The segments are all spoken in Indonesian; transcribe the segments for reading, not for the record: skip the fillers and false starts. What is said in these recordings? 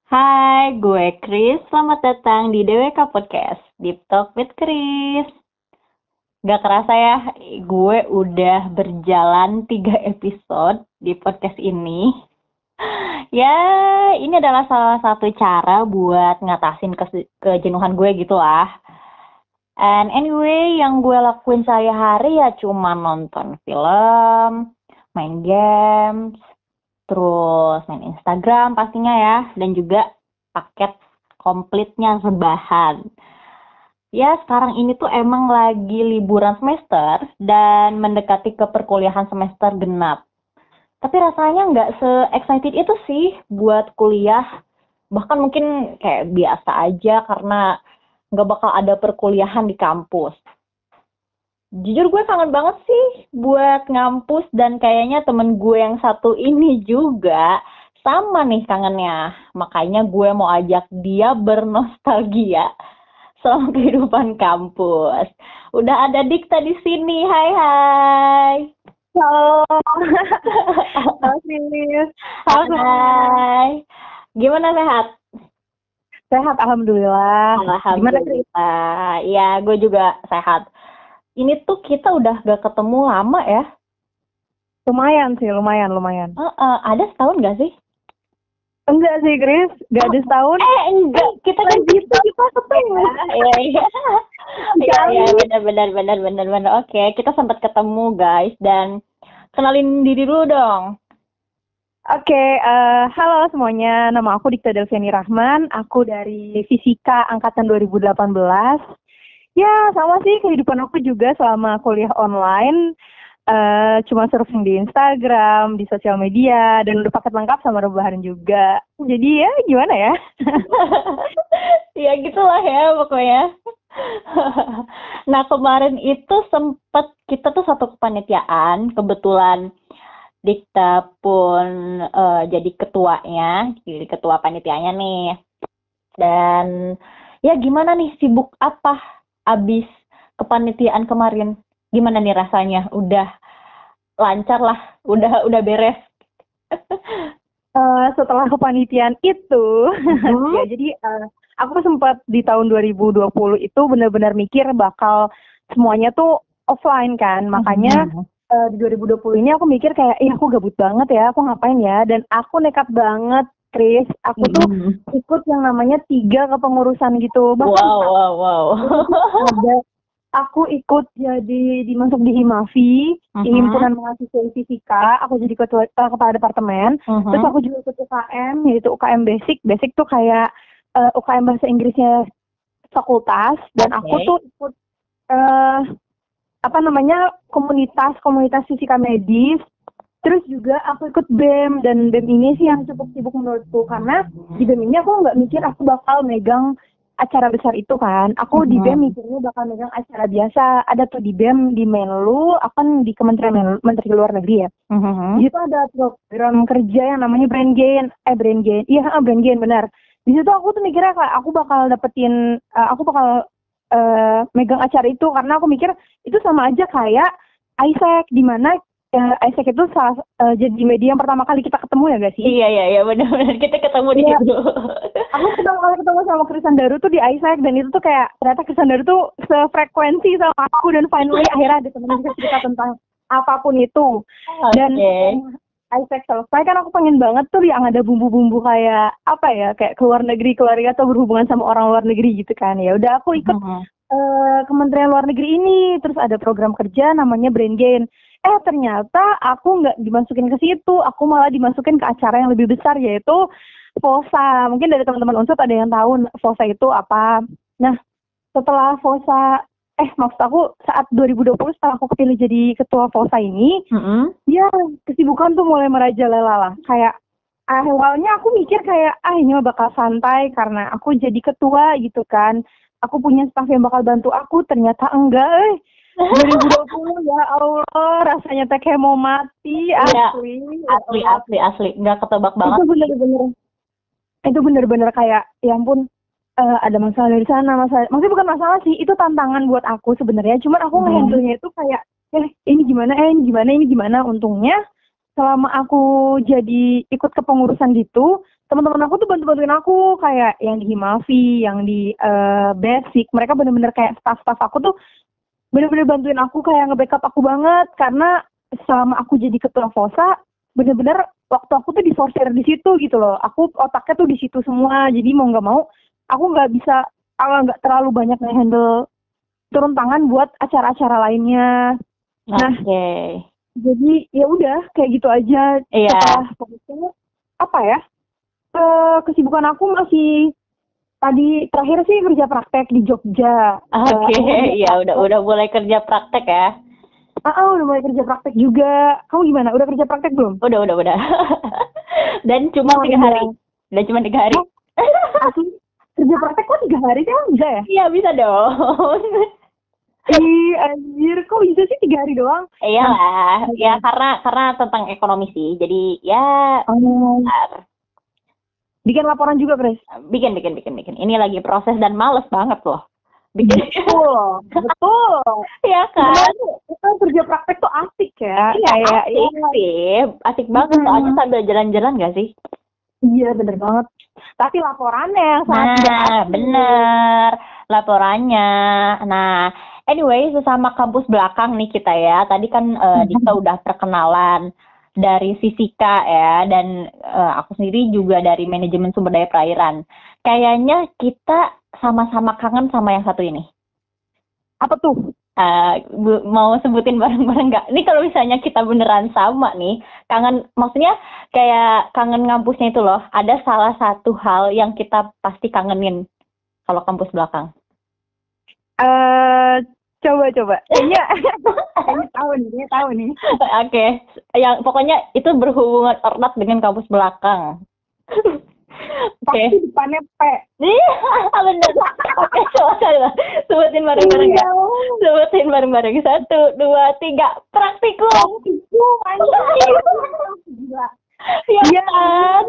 Hai, gue Chris. Selamat datang di DWK Podcast, Deep Talk with Chris. Gak kerasa ya, gue udah berjalan 3 episode di podcast ini. Ya, ini adalah salah satu cara buat ngatasin kejenuhan gue gitu lah. And anyway, yang gue lakuin sehari-hari ya cuma nonton film, main games, terus main Instagram pastinya ya, dan juga paket komplitnya rebahan. Ya, sekarang ini tuh emang lagi liburan semester dan mendekati ke perkuliahan semester genap. Tapi rasanya nggak se-excited itu sih buat kuliah. Bahkan mungkin kayak biasa aja karena nggak bakal ada perkuliahan di kampus. Jujur gue kangen banget sih buat ngampus dan kayaknya temen gue yang satu ini juga sama nih kangennya. Makanya gue mau ajak dia bernostalgia selama kehidupan kampus. Udah ada Dikta di sini. Hai hai. Halo, halo Sis. Halo semuanya. Hai. Gimana sehat? Sehat, Alhamdulillah. Gimana Kris? Alhamdulillah. Ya, gue juga sehat. Ini tuh kita udah gak ketemu lama ya. Lumayan sih, lumayan. Ada setahun gak sih? Enggak sih Kris, gak ada setahun. Enggak, kita kan Lagi kita ketemu. Iya, iya. Iya, iya, kali. benar. Oke, kita sempat ketemu guys dan kenalin diri dulu dong. Oke, halo semuanya. Nama aku Dikta Delviani Rahman. Aku dari Fisika Angkatan 2018. Ya, sama sih kehidupan aku juga selama kuliah online. Cuma surfing di Instagram, di sosial media, dan udah paket lengkap sama rebahan juga. Jadi ya gimana ya? Ya gitulah ya pokoknya. Nah, kemarin itu sempat kita tuh satu kepanitiaan, kebetulan Dikta pun jadi ketuanya, jadi ketua panitianya nih. Dan ya gimana nih, sibuk apa abis kepanitiaan kemarin? Gimana nih rasanya? Udah lancar lah, udah beres. Setelah kepanitiaan itu, ya jadi aku sempat di tahun 2020 itu benar-benar mikir bakal semuanya tuh offline kan. Makanya di 2020 ini aku mikir kayak, aku gabut banget ya, aku ngapain ya. Dan aku nekat banget, Chris. Aku tuh ikut yang namanya 3 kepengurusan gitu. Bahkan Wow. ada aku ikut jadi dimasuk di HIMAFI, Himpunan Mahasiswa Fisika. Aku jadi kepala departemen. Terus aku juga ikut UKM, yaitu UKM Basic. Basic tuh kayak UKM bahasa Inggrisnya fakultas. Dan aku tuh ikut komunitas fisika medis. Terus juga aku ikut BEM, dan BEM ini sih yang cukup sibuk menurutku, karena di BEM ini aku nggak mikir aku bakal megang acara besar itu kan. Aku di BEM mikirnya bakal megang acara biasa. Ada tuh di BEM, di Menlu, aku kan di Kementerian Menteri Luar Negeri ya. Di situ ada program kerja yang namanya Brain Gain. Iya, Brain Gain benar. Di situ aku tuh mikirnya kayak aku bakal megang acara itu, karena aku mikir itu sama aja kayak Isaac, di mana Isaac itu jadi media yang pertama kali kita ketemu ya gak sih? Iya, benar kita ketemu di situ. Aku pertama kali ketemu sama Krisan Daru tuh di Isaac, dan itu tuh kayak ternyata Krisan Daru tuh sefrekuensi sama aku, dan finally akhirnya ada temen bisa cerita tentang apapun itu. Dan Isaac selesai kan aku pengen banget tuh yang ada bumbu-bumbu kayak apa ya, kayak keluar negeri, keluarga atau berhubungan sama orang luar negeri gitu kan. Ya udah aku ikut Kementerian Luar Negeri ini, terus ada program kerja namanya Brain Gain. Ternyata aku nggak dimasukin ke situ, aku malah dimasukin ke acara yang lebih besar, yaitu FOSA. Mungkin dari teman-teman Unsur ada yang tahu FOSA itu apa. Nah, setelah FOSA, maksud aku saat 2020 setelah aku kepilih jadi ketua FOSA ini, ya kesibukan tuh mulai merajalela lah. Kayak awalnya aku mikir kayak, ini mah bakal santai karena aku jadi ketua gitu kan. Aku punya staff yang bakal bantu aku, ternyata enggak. 2020 ya Allah, rasanya teh kayak mau mati, asli. Asli, nggak ketebak banget. Itu bener-bener kayak, ya ampun, ada masalah dari sana, maksudnya bukan masalah sih, itu tantangan buat aku sebenarnya. Cuman aku ngehandle-nya itu kayak, ini gimana. Untungnya selama aku jadi ikut kepengurusan gitu, teman-teman aku tuh bantuin aku kayak yang di Himalvi, yang di Basic. Mereka bener-bener kayak staff-staff aku tuh bener-bener bantuin aku kayak nge-backup aku banget karena selama aku jadi ketua FOSA bener-bener waktu aku tuh disortir di situ gitu loh. Aku otaknya tuh di situ semua. Jadi mau nggak mau aku nggak terlalu banyak nge-handle turun tangan buat acara-acara lainnya. Nah, jadi ya udah kayak gitu aja. Setelah itu apa ya? Kesibukan aku masih tadi terakhir sih kerja praktek di Jogja. Ya udah mulai kerja praktek ya. Udah mulai kerja praktek juga. Kamu gimana? Udah kerja praktek belum? Udah. Dan cuma 3 hari. Dan cuma 3 hari. Aku kerja praktek kok 3 hari sih? Bisa ya? Iya bisa dong. Anjir, kok bisa sih 3 hari doang? Iyalah, ya karena tentang ekonomi sih. Jadi ya bikin laporan juga, Chris? Bikin. Ini lagi proses dan males banget loh. Bikin. Betul. Iya kan? Kita kerja praktek tuh asik ya. Iya, asik banget soalnya sambil jalan-jalan gak sih? Iya, bener banget. Tapi laporannya yang sangat bener. Laporannya. Nah, anyway, sesama kampus belakang nih kita ya. Tadi kan Dika udah perkenalan dari Fisika ya, dan aku sendiri juga dari manajemen sumber daya perairan. Kayaknya kita sama-sama kangen sama yang satu ini. Apa tuh? Mau sebutin bareng-bareng nggak? Ini kalau misalnya kita beneran sama nih, kangen, maksudnya kayak kangen ngampusnya itu loh. Ada salah satu hal yang kita pasti kangenin kalau kampus belakang. Coba. Kayaknya tahu nih. Oke. Yang pokoknya itu berhubungan erat dengan kampus belakang. Pasti depannya P. Iya, bener. Oke, coba. Sebutin bareng-bareng ya. Sebutin bareng-bareng. 1, 2, 3. Praktikum. Iya kan?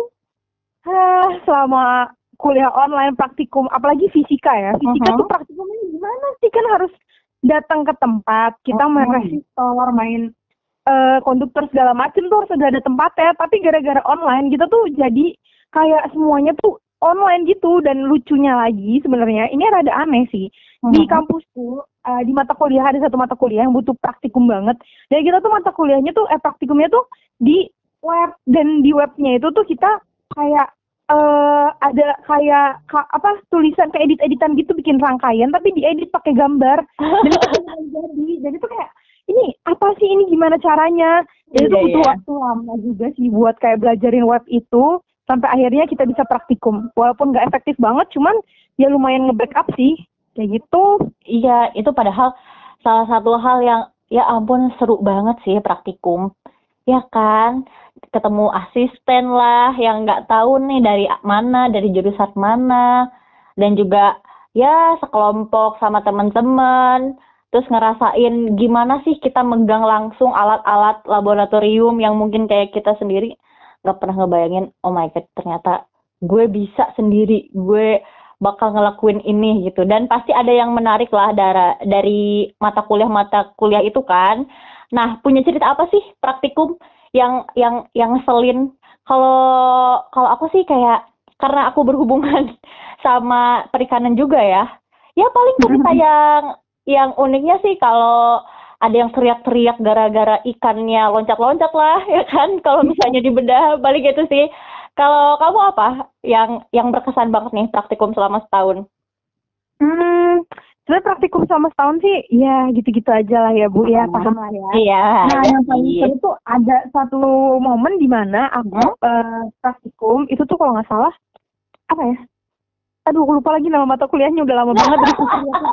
Selama kuliah online praktikum, apalagi fisika ya. Fisika tuh praktikumnya gimana sih? Kan harus datang ke tempat, kita main resistor, main konduktor segala macam tuh harus ada tempatnya. Tapi gara-gara online kita tuh jadi kayak semuanya tuh online gitu. Dan lucunya lagi sebenarnya ini rada aneh sih. Di kampusku di mata kuliah ada satu mata kuliah yang butuh praktikum banget. Dan kita tuh mata kuliahnya tuh praktikumnya tuh di web, dan di webnya itu tuh kita kayak ada kayak tulisan kayak editan gitu, bikin rangkaian tapi diedit pakai gambar. Dan itu jadi tuh kayak ini apa sih, ini gimana caranya? Jadi itu butuh waktu lama juga sih buat kayak belajarin web itu sampai akhirnya kita bisa praktikum. Walaupun nggak efektif banget, cuman ya lumayan nge-backup sih kayak gitu. Iya, itu padahal salah satu hal yang ya ampun seru banget sih praktikum. Ya kan? Ketemu asisten lah yang nggak tahu nih dari mana, dari jurusan mana, dan juga ya sekelompok sama teman-teman, terus ngerasain gimana sih kita megang langsung alat-alat laboratorium yang mungkin kayak kita sendiri nggak pernah ngebayangin. Oh my god, ternyata gue bisa sendiri, gue bakal ngelakuin ini gitu. Dan pasti ada yang menarik lah dari mata kuliah itu kan. Nah, punya cerita apa sih praktikum yang ngeselin? Kalau aku sih kayak karena aku berhubungan sama perikanan juga ya. Ya paling cerita yang uniknya sih kalau ada yang teriak-teriak gara-gara ikannya loncat-loncat lah ya kan, kalau misalnya dibedah balik gitu sih. Kalau kamu apa yang berkesan banget nih praktikum selama setahun? Sebenarnya praktikum selama setahun sih ya gitu-gitu aja lah ya Bu, ya paham lah ya. Iya. Nah yang paling seru tuh ada satu momen di mana aku praktikum itu tuh kalau nggak salah apa ya? Aduh, aku lupa lagi nama mata kuliahnya, udah lama banget dari kuliah.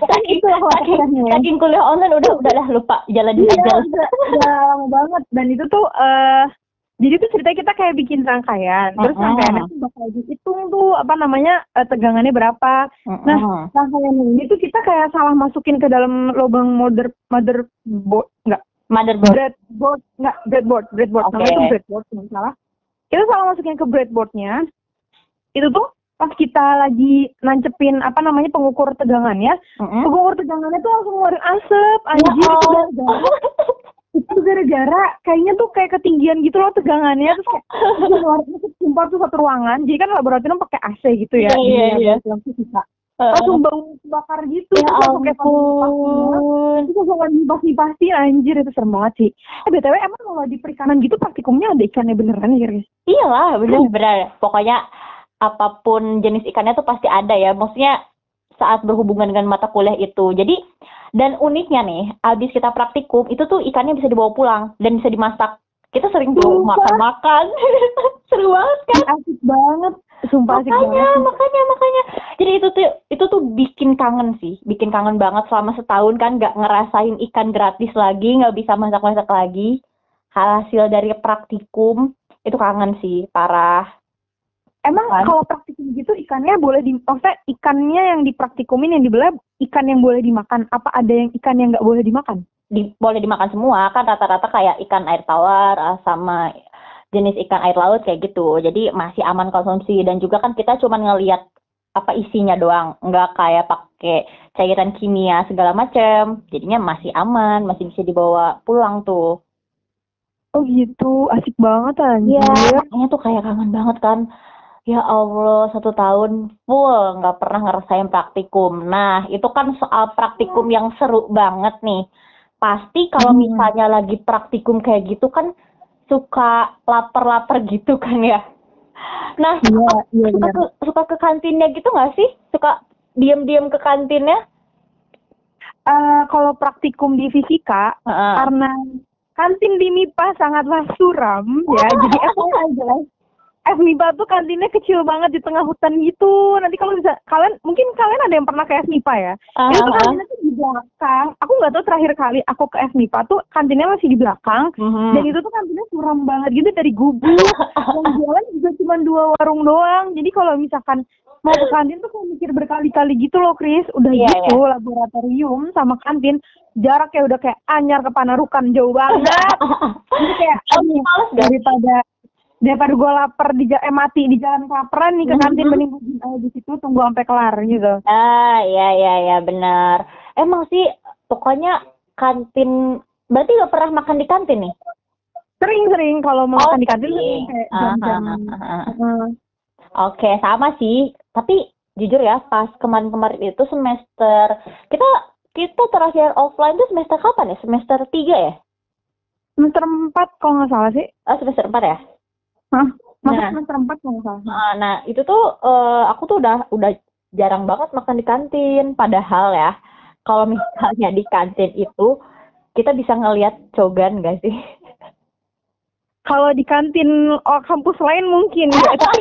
Saking kuliah online udahlah lupa jalanin aja. Udah lama banget, dan itu tuh jadi tuh ceritanya kita kayak bikin rangkaian, terus rangkaiannya tuh bakal dihitung tuh apa namanya tegangannya berapa. Nah, rangkaian ini tuh kita kayak salah masukin ke dalam lubang breadboard. Namanya itu breadboard, nggak salah. Kita salah masukin ke breadboardnya. Itu tuh pas kita lagi nancepin apa namanya pengukur tegangannya, pengukur tegangannya tuh langsung ngeluarin asap, anjir. Itu gara-gara kayaknya tuh kayak ketinggian gitu loh tegangannya, terus kayak ngeluarin asap sumpah tuh satu ruangan, jadi kan laboratorium pakai AC gitu ya, Iya. laboratorium fisika. Langsung bau bakar gitu, Ya terus langsung kayak ampun. terus langsung dibas-basin, anjir itu serem banget sih. BTW emang kalau di perikanan gitu praktikumnya ada ikannya beneran ya, guys? Iyalah, benar-benar. Pokoknya apapun jenis ikannya tuh pasti ada ya. Maksudnya saat berhubungan dengan mata kuliah itu. Jadi, dan uniknya nih, abis kita praktikum, itu tuh ikannya bisa dibawa pulang dan bisa dimasak. Kita sering tuh makan-makan. Seru banget kan? Asik banget. Sumpah asik banget. Makanya. Jadi itu tuh bikin kangen sih. Bikin kangen banget selama setahun kan nggak ngerasain ikan gratis lagi, nggak bisa masak-masak lagi. Hasil dari praktikum, itu kangen sih, parah. Emang kalau praktikum gitu ikannya boleh maksudnya ikannya yang dipraktikumin yang dibelah ikan yang boleh dimakan, apa ada yang ikan yang nggak boleh dimakan? Boleh dimakan semua, kan rata-rata kayak ikan air tawar sama jenis ikan air laut kayak gitu. Jadi masih aman konsumsi dan juga kan kita cuma ngelihat apa isinya doang, nggak kayak pakai cairan kimia segala macam. Jadinya masih aman, masih bisa dibawa pulang tuh. Oh gitu, asik banget anjir. Iya, makanya tuh kayak kangen banget kan. Ya Allah, 1 tahun full nggak pernah ngerasain praktikum. Nah, itu kan soal praktikum yang seru banget nih. Pasti kalau misalnya lagi praktikum kayak gitu kan suka lapar-lapar gitu kan ya. Nah, suka ke kantinnya gitu nggak sih? Suka diam-diam ke kantinnya? Kalau praktikum di fisika, karena kantin di MIPA sangatlah suram ya, jadi FYI FMIPA tuh kantinnya kecil banget di tengah hutan gitu. Nanti kalau bisa mungkin kalian ada yang pernah ke FMIPA ya. Itu tuh kantinnya tuh di belakang. Aku nggak tahu terakhir kali aku ke FMIPA tuh kantinnya masih di belakang. Dan itu tuh kantinnya suram banget gitu dari gubuk. Yang jualan juga cuma 2 warung doang. Jadi kalau misalkan mau ke kantin tuh kayak mikir berkali-kali gitu loh, Chris. Udah gitu laboratorium sama kantin jaraknya udah kayak Anyar ke Panarukan, jauh banget. Jadi kayak daripada gue lapar mati di jalan kelaparan nih ke kantin, mending gue di situ tunggu sampai kelar gitu. Iya benar. Emang sih pokoknya kantin, berarti gak pernah makan di kantin nih? Sering kalau mau makan di kantin kayak jam-jam. Oke, sama sih. Tapi jujur ya, pas kemarin-kemarin itu semester kita terakhir offline tuh semester kapan ya? Semester 3 ya? Semester 4 kalau nggak salah sih. Oh, semester 4 ya? Semester 4 kalau nggak salah. Nah, itu tuh aku tuh udah jarang banget makan di kantin. Padahal ya, kalau misalnya di kantin itu kita bisa ngelihat cogan nggak sih? Kalau di kantin kampus lain mungkin ya, tapi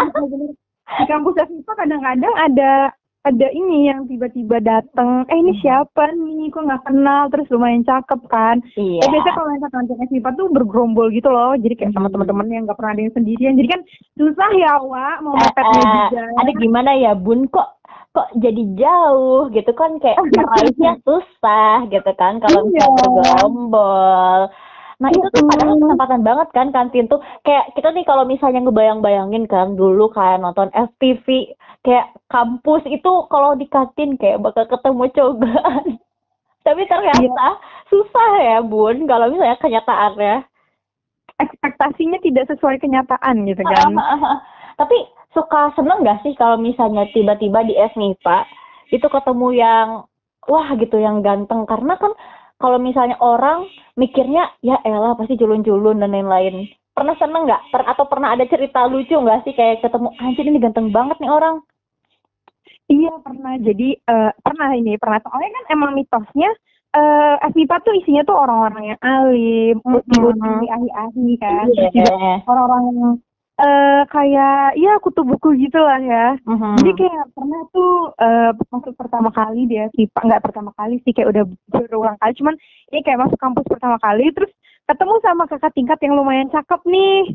di kampus FIPA kadang-kadang ada ini yang tiba-tiba datang, ini siapa nih, kok nggak kenal, terus lumayan cakep kan. Iya. Biasanya kalau yang kantin FIPA tuh bergerombol gitu loh, jadi kayak sama teman-teman yang nggak pernah ada yang sendirian, jadi kan susah ya Wak, mau mepetnya juga. Ada gimana ya Bun, kok jadi jauh gitu kan, kayak meraihnya susah gitu kan kalau misalnya bergerombol. Nah itu tuh padahal kesempatan banget kan kantin tuh, kayak kita nih kalau misalnya ngebayang-bayangin kan dulu kayak nonton FTV, kayak kampus itu kalau di kantin kayak bakal ketemu cogan. Tapi ternyata susah ya Bun kalau misalnya kenyataannya. Ekspektasinya tidak sesuai kenyataan gitu kan. Tapi suka seneng gak sih kalau misalnya tiba-tiba di FMIPA itu ketemu yang wah gitu, yang ganteng, karena kan kalau misalnya orang mikirnya ya elah pasti culun-culun dan lain-lain. Pernah seneng nggak? Atau pernah ada cerita lucu nggak sih kayak ketemu anjir ini ganteng banget nih orang? Iya pernah. Jadi pernah soalnya kan emang mitosnya FMIPA tuh isinya tuh orang-orang yang alim, uti-uti, ahli-ahli kan. Orang-orang yang kayak ya kutu buku gitu lah ya. Jadi kayak pernah tuh masuk pertama kali dia FMIPA, nggak pertama kali sih, kayak udah berulang kali, cuman ini kayak masuk kampus pertama kali terus ketemu sama kakak tingkat yang lumayan cakep nih.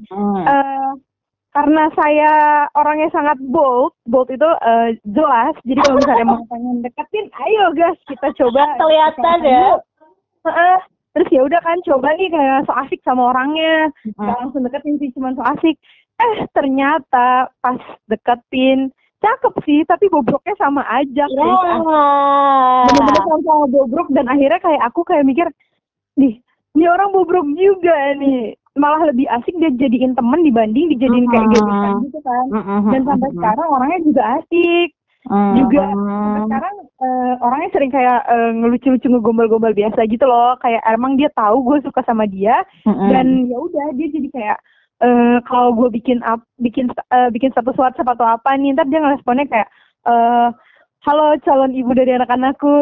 Karena saya orangnya sangat bold itu jelas. Jadi kalau misalnya mau pengen deketin, ayo guys kita coba. Kelihatan ya. Terus ya udah kan coba nih kayak so asik sama orangnya. Gak langsung deketin sih, cuma so asik. Ternyata pas deketin cakep sih, tapi bobroknya sama aja. Bener-bener sama bobrok, dan akhirnya kayak aku kayak mikir, nih ini orang bobrok juga nih. malah lebih asik dia jadiin temen dibanding dijadiin kayak gebetan gitu kan. Dan sampai sekarang orangnya juga asik. Juga sampai sekarang orangnya sering kayak ngelucu-lucu ngegombal-gombal biasa gitu loh. Kayak emang dia tahu gue suka sama dia dan ya udah dia jadi kayak kalau gue bikin status WhatsApp atau apa nih, ntar dia ngeresponnya kayak halo calon ibu dari anak-anakku.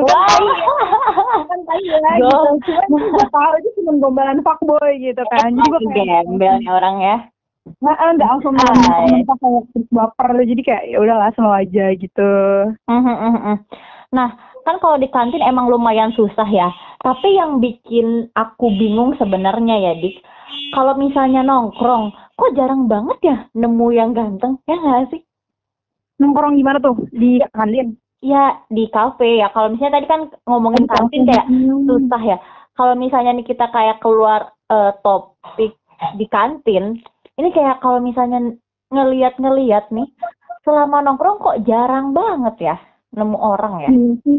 Kan tahu ya gitu. Cuman gue tahu itu cuma gombalan fuckboy gitu kan. Jadi gue kayak gembel nih orang ya. nggak langsung mentah kayak baper. Jadi kayak ya udahlah slow aja gitu. Nah, kan kalau di kantin emang lumayan susah ya. Tapi yang bikin aku bingung sebenarnya ya, Dik. Kalau misalnya nongkrong, kok jarang banget ya nemu yang ganteng, ya nggak sih? Nongkrong gimana tuh? Di kantin? Ya, di kafe ya. Kalau misalnya tadi kan ngomongin kantin kayak susah ya. Kalau misalnya nih kita kayak keluar topik di kantin, ini kayak kalau misalnya ngeliat nih, selama nongkrong kok jarang banget ya nemu orang ya.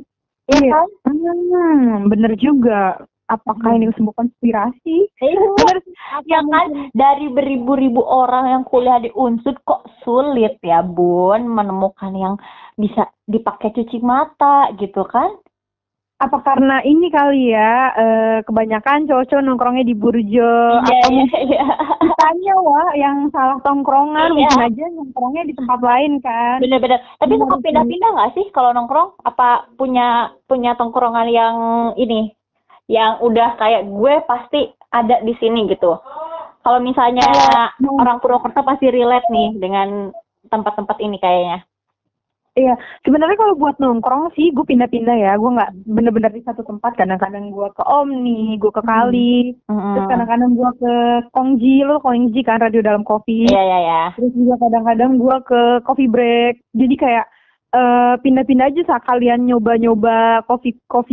Iya kan? Bener juga. Apakah ini sebuah konspirasi? Bener ya kan? Dari beribu-ribu orang yang kuliah di Unsud kok sulit ya Bun menemukan yang bisa dipakai cuci mata gitu kan? Apa karena ini kali ya kebanyakan cowok-cowok nongkrongnya di Burjo atau mungkin kitanya wah yang salah tongkrongan mungkin aja nongkrongnya di tempat lain kan? Bener-bener. Tapi suka pindah-pindah nggak sih kalau nongkrong? Apa punya tongkrongan yang ini? Yang udah kayak gue pasti ada di sini gitu. Kalau misalnya orang Purwokerto pasti relate nih dengan tempat-tempat ini kayaknya. Iya, sebenarnya kalau buat nongkrong sih gue pindah-pindah ya. Gue nggak bener-bener di satu tempat. Kadang-kadang gue ke Omni, gue ke Kali, terus kadang-kadang gue ke Kongji kan radio dalam kopi. Iya. Terus juga kadang-kadang gue ke coffee break. Jadi kayak pindah-pindah aja saat kalian nyoba-nyoba kopi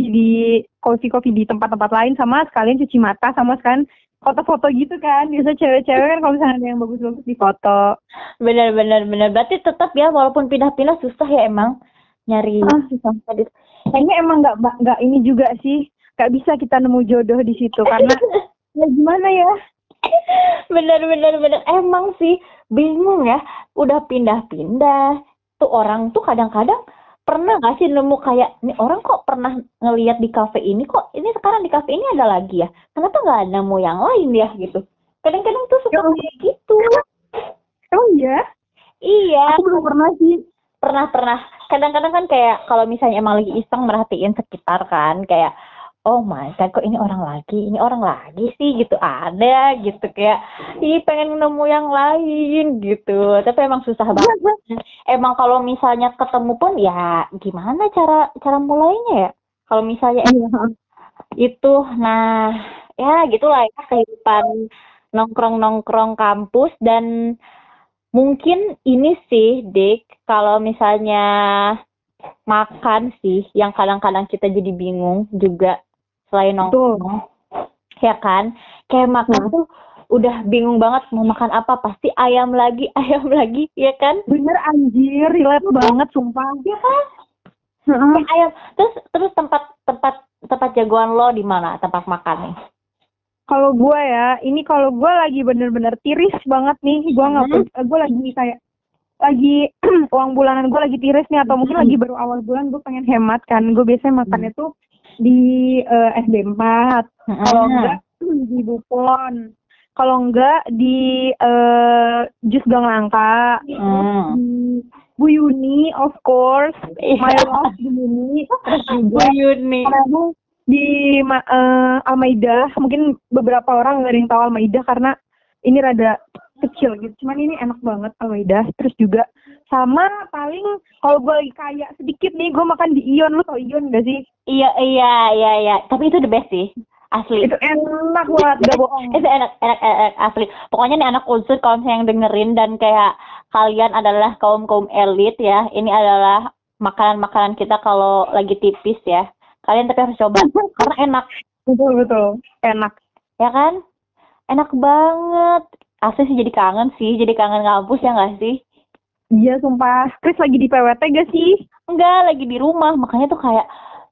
di tempat-tempat lain sama sekalian cuci mata sama sekalian foto-foto gitu kan. Biasa cewek-cewek kan kalau misalnya ada yang bagus-bagus di foto. Bener. Berarti tetap ya walaupun pindah-pindah susah ya emang nyari. Susah. Kayaknya emang nggak ini juga sih. Nggak bisa kita nemu jodoh di situ karena ya gimana ya? Bener. Emang sih bingung ya. Udah pindah-pindah. Tuh orang tuh kadang-kadang pernah nggak sih nemu kayak ini orang kok pernah ngelihat di kafe ini kok ini sekarang di kafe ini ada lagi ya? Kenapa nggak nemu yang lain ya gitu? Kadang-kadang tuh suka kayak gitu. Oh iya? Iya. Aku belum pernah sih. Pernah. Kadang-kadang kan kayak kalau misalnya emang lagi iseng merhatiin sekitar kan kayak oh my god kok ini orang lagi sih gitu ada gitu kayak pengen nemu yang lain gitu tapi emang susah banget. Emang kalau misalnya ketemu pun ya gimana cara mulainya ya kalau misalnya itu nah ya gitulah ya kehidupan nongkrong kampus dan mungkin ini sih Dik kalau misalnya makan sih yang kadang-kadang kita jadi bingung juga selain nongkrong ya kan kayak makan tuh udah bingung banget mau makan apa pasti ayam lagi ya kan bener anjir relate banget sumpah ya kan ayam terus tempat jagoan lo di mana tempat makan nih kalau gue ya ini kalau gue lagi bener-bener tiris banget nih gue lagi kayak lagi uang bulanan gue lagi tiris nih atau mungkin lagi baru awal bulan gue pengen hemat kan gue biasanya makannya tuh di SD4 kalau enggak di Bupon kalau enggak di Jus Gang Langka di Bu Yuni of course my love Bu Yuni terus juga Bu Yuni di Almaida mungkin beberapa orang nggak ada yang tahu Almaida karena ini rada kecil gitu cuman ini enak banget Almaida terus juga sama paling kalau gue lagi kaya sedikit nih gue makan di Ion lu tau Ion gak sih iya tapi itu the best sih asli itu enak banget gak bohong itu enak asli pokoknya nih anak unsur kalau misalnya yang dengerin dan kayak kalian adalah kaum elit ya ini adalah makanan kita kalau lagi tipis ya kalian tapi harus coba karena enak betul enak ya kan enak banget asli sih jadi kangen kampus ya nggak sih iya sumpah Chris lagi di PWT gak sih enggak lagi di rumah makanya tuh kayak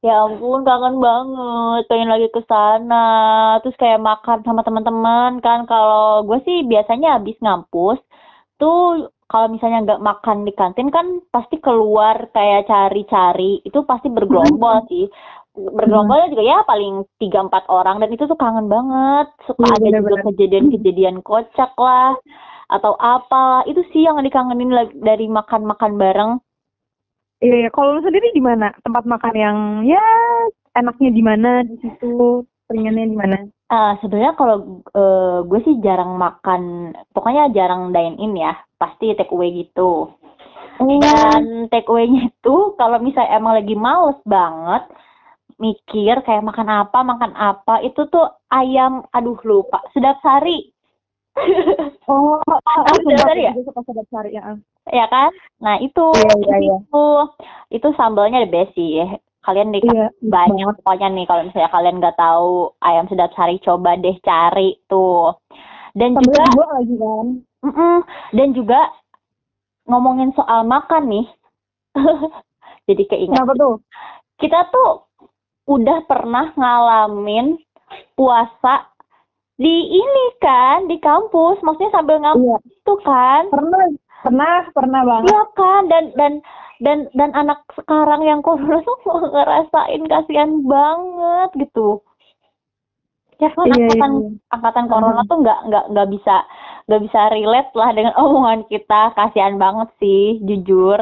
Ya ampun, kangen banget. Pengen lagi ke sana. Terus kayak makan sama teman-teman kan. Kalau gue sih biasanya habis ngampus tuh kalau misalnya nggak makan di kantin kan pasti keluar kayak cari-cari. Itu pasti bergerombol sih. Bergerombolnya juga ya paling 3-4 orang dan itu tuh kangen banget. Suka Iya ada juga benar-benar. kejadian-kejadian kocak lah atau apa. Itu sih yang dikangenin dari makan-makan bareng. Iya, iya. Kalau lu sendiri di mana? Tempat makan yang ya enaknya di mana di situ? Ringannya di mana? Sebenarnya kalau gue sih jarang makan, pokoknya jarang dine in ya, pasti take away gitu. Oh, Dan take away-nya itu kalau misalnya emang lagi males banget mikir kayak makan apa, itu tuh ayam, aduh lupa, Sedap Sari. oh, Tahu Sedap sumpah aku Sari ya? juga suka sedap cari ya. Ya kan? Nah itu, Iya, iya, iya. itu sambalnya the best sih. Kalian Iya, banyak banget. pokoknya nih kalau misalnya kalian nggak tahu ayam Sedap Sari, coba deh cari tuh. Dan Sambil juga, dua lagi kan. dan juga ngomongin soal makan nih, jadi keinget. Kenapa tuh? Kita tuh udah pernah ngalamin puasa di ini kan, di kampus, maksudnya sambil Iya, ngampus itu kan. pernah banget. Iya kan, dan anak sekarang yang corona tuh ngerasain kasihan banget gitu. Ya kan Iya, iya, angkatan iya. corona tuh nggak bisa relate lah dengan omongan kita. Kasihan banget sih, jujur.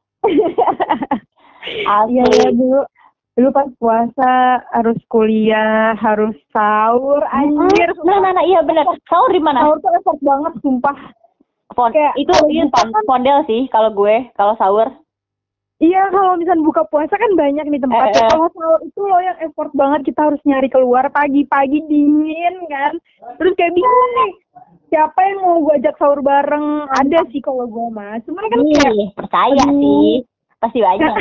Iya, iya, Asli. dulu pas puasa harus kuliah, harus sahur, anjir. Nah, iya benar. Sahur di mana? Sahur tuh effort banget, sumpah. Kayak Itu buka kan, pondel sih kalau gue, kalau sahur. iya kalau misalnya buka puasa kan banyak nih tempatnya. Kalau sahur itu loh yang effort banget, kita harus nyari keluar pagi-pagi dingin kan. Terus kayak bingung nih, siapa yang mau gue ajak sahur bareng? Ada sih kalau gue mah, cuman kan kayak Percaya sih. Pasti banyak.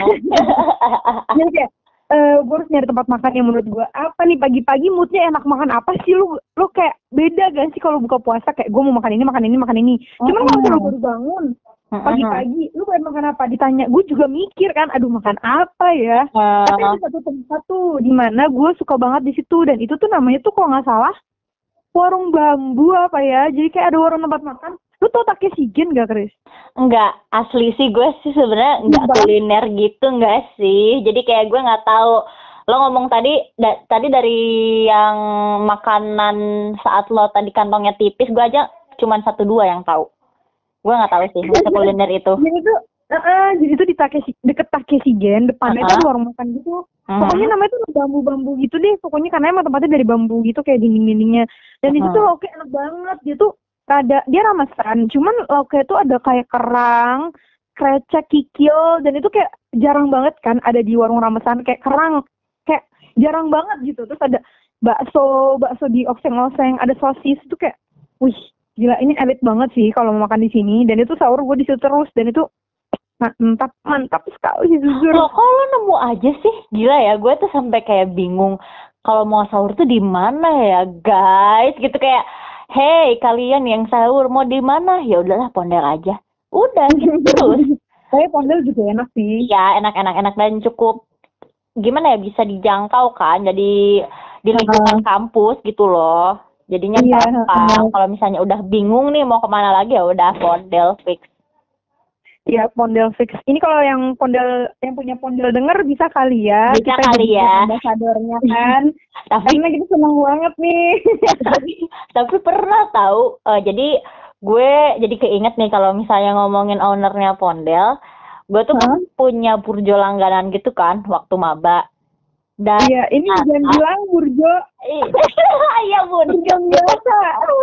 jadi kayak gue harus nyari tempat makan yang menurut gue apa nih pagi-pagi moodnya enak makan apa sih lu kayak beda gak sih kalau buka puasa kayak gue mau makan ini makan ini makan ini. Cuman kalau misalnya lu baru bangun pagi-pagi lu pengen makan apa ditanya gue juga mikir kan aduh makan apa ya. Tapi ada satu tempat tuh di mana gue suka banget di situ dan itu tuh namanya tuh kalau nggak salah warung bambu apa ya. Jadi kayak ada warung tempat makan. Lu tau Takesigen gak, Chris? Enggak, asli sih gue sih sebenarnya enggak kuliner gitu enggak sih. Jadi kayak gue nggak tahu. Lo ngomong tadi dari yang makanan saat lo tadi kantongnya tipis, gue aja cuman 1-2 yang tahu. Gue nggak tahu sih masa kuliner itu. Jadi itu di deket Takesigen, depannya itu ada warung makan gitu. Pokoknya namanya tuh bambu-bambu gitu deh. Pokoknya karena emang tempatnya dari bambu gitu kayak dinding-dindingnya. Dan itu tuh lauknya enak banget. Dia ramesan. Cuman lauknya tuh ada kayak kerang, krecek, kikil. Dan itu kayak jarang banget kan ada di warung ramesan. Kayak kerang. Kayak jarang banget gitu. Terus ada bakso di oseng-oseng. Ada sosis. Itu kayak, wih gila ini elit banget sih kalau mau makan di sini. Dan itu sahur gue di situ terus. Dan itu mantap sekali jujur. Loh, kok lo nemu aja sih? Gila ya, gue tuh sampai kayak bingung kalau mau sahur tuh di mana ya, guys? Gitu kayak, hey, kalian yang sahur mau di mana? Ya udahlah, pondel aja. Udah, gitu terus. Tapi pondel juga enak sih. Ya, enak dan cukup gimana ya bisa dijangkau kan. Jadi di lingkungan kampus gitu loh. Jadinya gampang. Kalau misalnya udah bingung nih mau kemana lagi ya udah pondel fix. Ya pondel fix. Ini kalau yang punya pondel denger bisa kali ya. Bisa kita kali jadi ya. Ambasadornya kan. Tapi karena kita seneng banget nih. tapi pernah tahu. Jadi gue jadi keinget nih kalau misalnya ngomongin ownernya pondel. Gue tuh kan punya burjo langganan gitu kan waktu maba. Dan iya, ini jangan bilang burjo. Iya burjo biasa.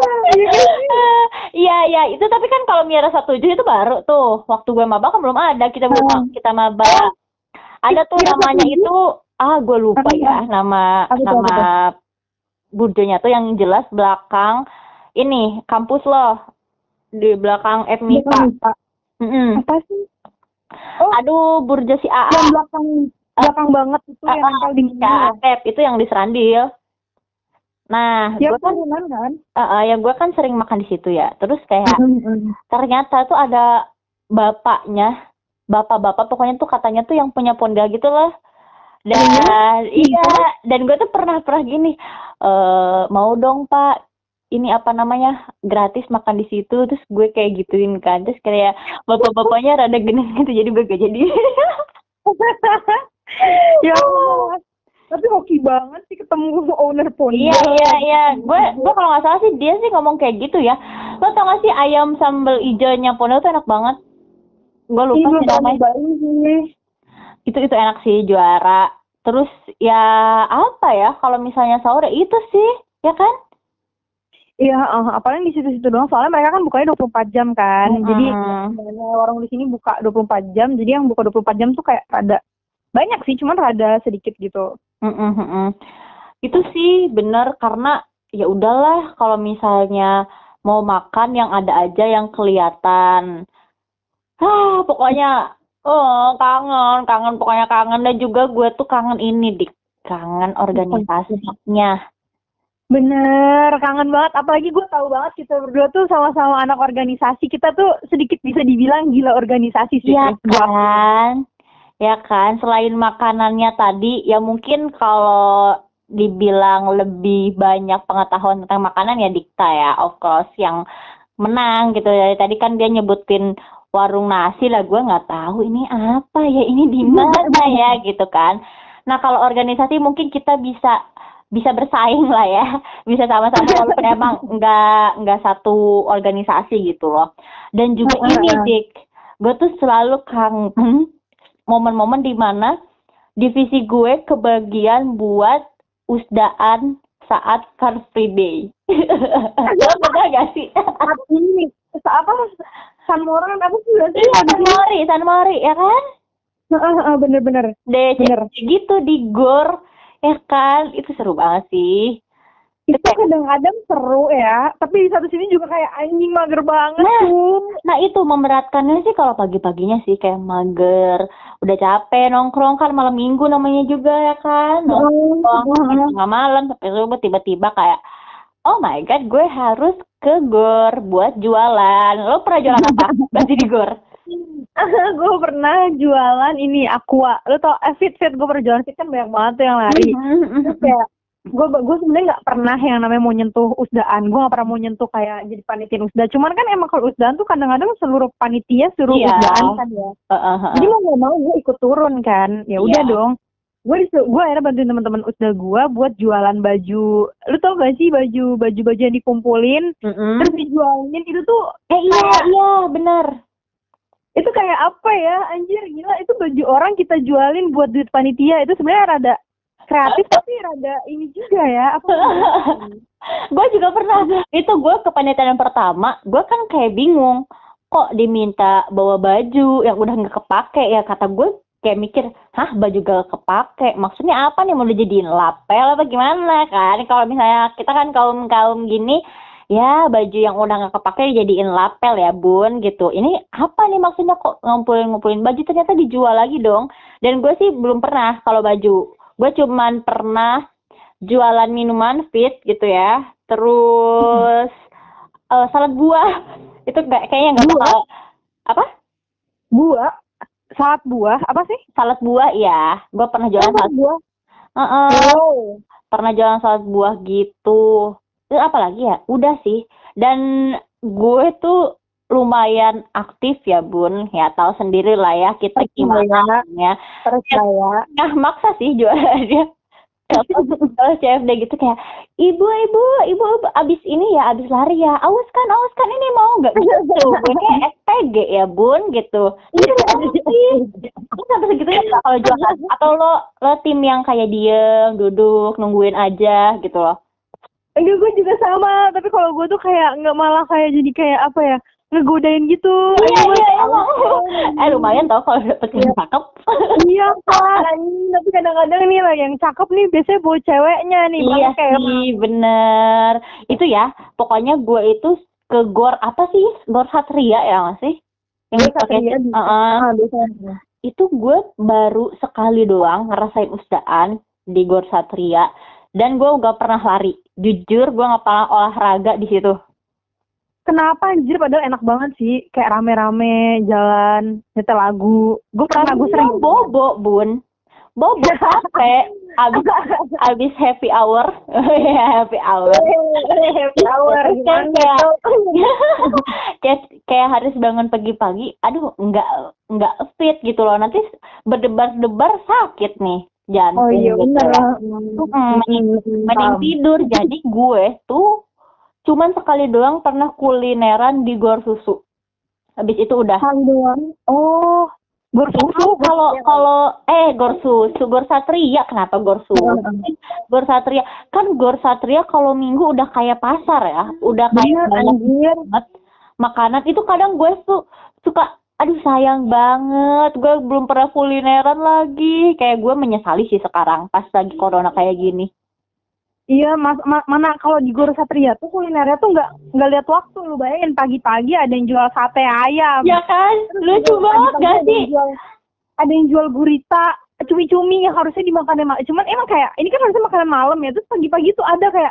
Iya, itu tapi kan kalau Miara 17 itu baru tuh. Waktu gue maba kan belum ada, kita maba. Ada tuh namanya itu, gue lupa ya nama burjonya tuh yang jelas belakang ini kampus loh, di belakang FMIPA. Apa sih? Aduh, burjo si AA. Yang belakang banget itu yang nempel di mana? Itu yang di Serandil. Nah, ya, gue kan sering makan di situ ya. Terus kayak ternyata tuh ada bapaknya, bapak-bapak pokoknya tuh katanya tuh yang punya pondel gitu loh. Dan dan gue tuh pernah gini, mau dong Pak, ini apa namanya, gratis makan di situ. Terus gue kayak gituin kan, terus kayak bapak-bapaknya rada genit gitu, jadi gue gak jadi. Ya Allah. Tapi hoki banget sih ketemu owner pondok. Iya. Gue kalau nggak salah sih dia sih ngomong kayak gitu ya. Lo tau gak sih ayam sambal hijaunya pondok tuh enak banget. Gue lupa sih namanya. Itu enak sih, juara. Terus ya apa ya, kalau misalnya sahur ya itu sih, ya kan? Iya, apalagi di situ-situ doang. Soalnya mereka kan bukanya 24 jam kan. Jadi warung di sini buka 24 jam. Jadi yang buka 24 jam tuh kayak rada banyak sih, cuman rada sedikit gitu. Itu sih bener, karena ya udahlah kalau misalnya mau makan yang ada aja yang kelihatan. Pokoknya kangen, pokoknya kangen. Dan juga gue tuh kangen ini, Dik. Kangen organisasinya. Bener, kangen banget. Apalagi gue tahu banget kita berdua tuh sama-sama anak organisasi. Kita tuh sedikit bisa dibilang gila organisasi sih. Iya kan? Ya kan? Selain makanannya tadi, ya mungkin kalau dibilang lebih banyak pengetahuan tentang makanan ya Dikta ya, of course, yang menang gitu. Dari tadi kan dia nyebutin warung nasi lah, gue nggak tahu ini apa ya, ini di mana ya gitu kan. Nah kalau organisasi mungkin kita bisa bersaing lah ya, bisa sama-sama walaupun emang nggak satu organisasi gitu loh. Dan juga ini Dik, gue tuh selalu kangen momen-momen di mana divisi gue kebagian buat usdaan saat Car Free Day. Lo pernah gak sih? Ini apa? Sanmoran apa sih? Iya, San Mori ya kan? Bener-bener. Gitu di GOR ya kan, itu seru banget sih. Itu kadang-kadang seru ya, tapi di satu sini juga kayak anjing mager banget tuh. Nah itu memberatkannya sih kalau pagi-paginya sih kayak mager, udah capek nongkrong kan, malam minggu namanya juga ya kan, nongkrong tengah malam sampai subuh, tiba-tiba kayak oh my god, gue harus ke GOR buat jualan. Lo pernah jualan apa? Berarti di GOR? Gue pernah jualan ini aqua. Lo tau fit gue pernah jualan fit kan banyak banget tuh yang lari. Terus kayak gue sebenarnya nggak pernah yang namanya mau nyentuh usdaan. Gue nggak pernah mau nyentuh kayak jadi panitia usda. Cuman kan emang kalau usdaan tuh kadang-kadang seluruh panitia suruh usdaan kan ya. Jadi mau nggak mau gue ikut turun kan. Ya udah dong. Gue akhirnya bantuin teman-teman usda gue buat jualan baju. Lu tau gak sih baju yang dikumpulin terus dijualin itu tuh iya benar. Itu kayak apa ya, anjir gila, itu baju orang kita jualin buat duit panitia. Itu sebenarnya rada kreatif tapi rada ini juga ya, apa. Gue juga pernah, itu gue kepanitiaan yang pertama, gue kan kayak bingung kok diminta bawa baju yang udah nggak kepake ya. Kata gue kayak mikir, baju gak kepake maksudnya apa nih, mau dijadiin lapel apa gimana kan. Kalau misalnya kita kan kaum gini ya, baju yang udah nggak kepake dijadiin lapel ya bun gitu. Ini apa nih maksudnya, kok ngumpulin baju, ternyata dijual lagi dong. Dan gue sih belum pernah kalau baju, gue cuman pernah jualan minuman fit gitu ya, terus salad buah. Itu kayaknya nggak bakal apa, salad buah apa sih? Salad buah ya, gue pernah jualan salad buah. Pernah jualan salad buah gitu. Terus apa lagi ya, udah sih. Dan gue tuh lumayan aktif ya bun, ya tahu sendiri lah ya kita gimana ya. Nah maksa sih jualannya. Kalau CFD gitu kayak ibu abis ini ya, abis lari ya, awas kan ini mau nggak gitu. Gue kayak SPG ya bun gitu. Ini sampai segitunya kalau jualan, atau lo tim yang kayak diem duduk nungguin aja gitu loh? Enggak, gue juga sama, tapi kalau gue tuh kayak nggak, malah kayak jadi kayak apa ya, ngegodain gitu. Lumayan tau kalau dapet yang cakep. Iya kan, tapi kadang-kadang nih lah yang cakep nih biasanya bawa ceweknya nih. Iya sih, bener. Itu ya, pokoknya gue itu ke GOR apa sih, GOR Satria ya nggak sih? Yang Satria itu gue baru sekali doang ngerasain usdaan di GOR Satria, dan gue gak pernah lari. Jujur gue gak pernah olahraga di situ. Kenapa anjir, padahal enak banget sih, kayak rame-rame jalan, nyetel lagu. Gue pernah, gue sering bobo bun. bobo capek abis happy hour. Ya, happy hour. Happy hour gimana kayak harus bangun pagi-pagi, aduh nggak fit gitu loh, nanti berdebar-debar sakit nih jantung. Oh iya gitu. bener. Mending tidur. Jadi gue tuh cuman sekali doang pernah kulineran di Gor Susu. Habis itu udah. Sekali doang. Oh, Gor Susu. Kalau Gor Susu, Gor Satria, kenapa Gor Susu? Gor Satria kan, Gor Satria kalau minggu udah kayak pasar ya, udah kayak banyak banget makanan. Itu kadang gue tuh suka, aduh sayang banget, gue belum pernah kulineran lagi. Kayak gue menyesali sih sekarang pas lagi corona kayak gini. Iya, mana kalau di Gor Satria tuh kulinernya tuh nggak lihat waktu. Lu bayangin pagi-pagi ada yang jual sate ayam. Ya kan, lucu banget gak sih? Ada yang jual gurita, cumi-cumi yang harusnya dimakan malam. Cuman emang kayak ini kan harusnya makanan malam ya. Terus pagi-pagi tuh ada kayak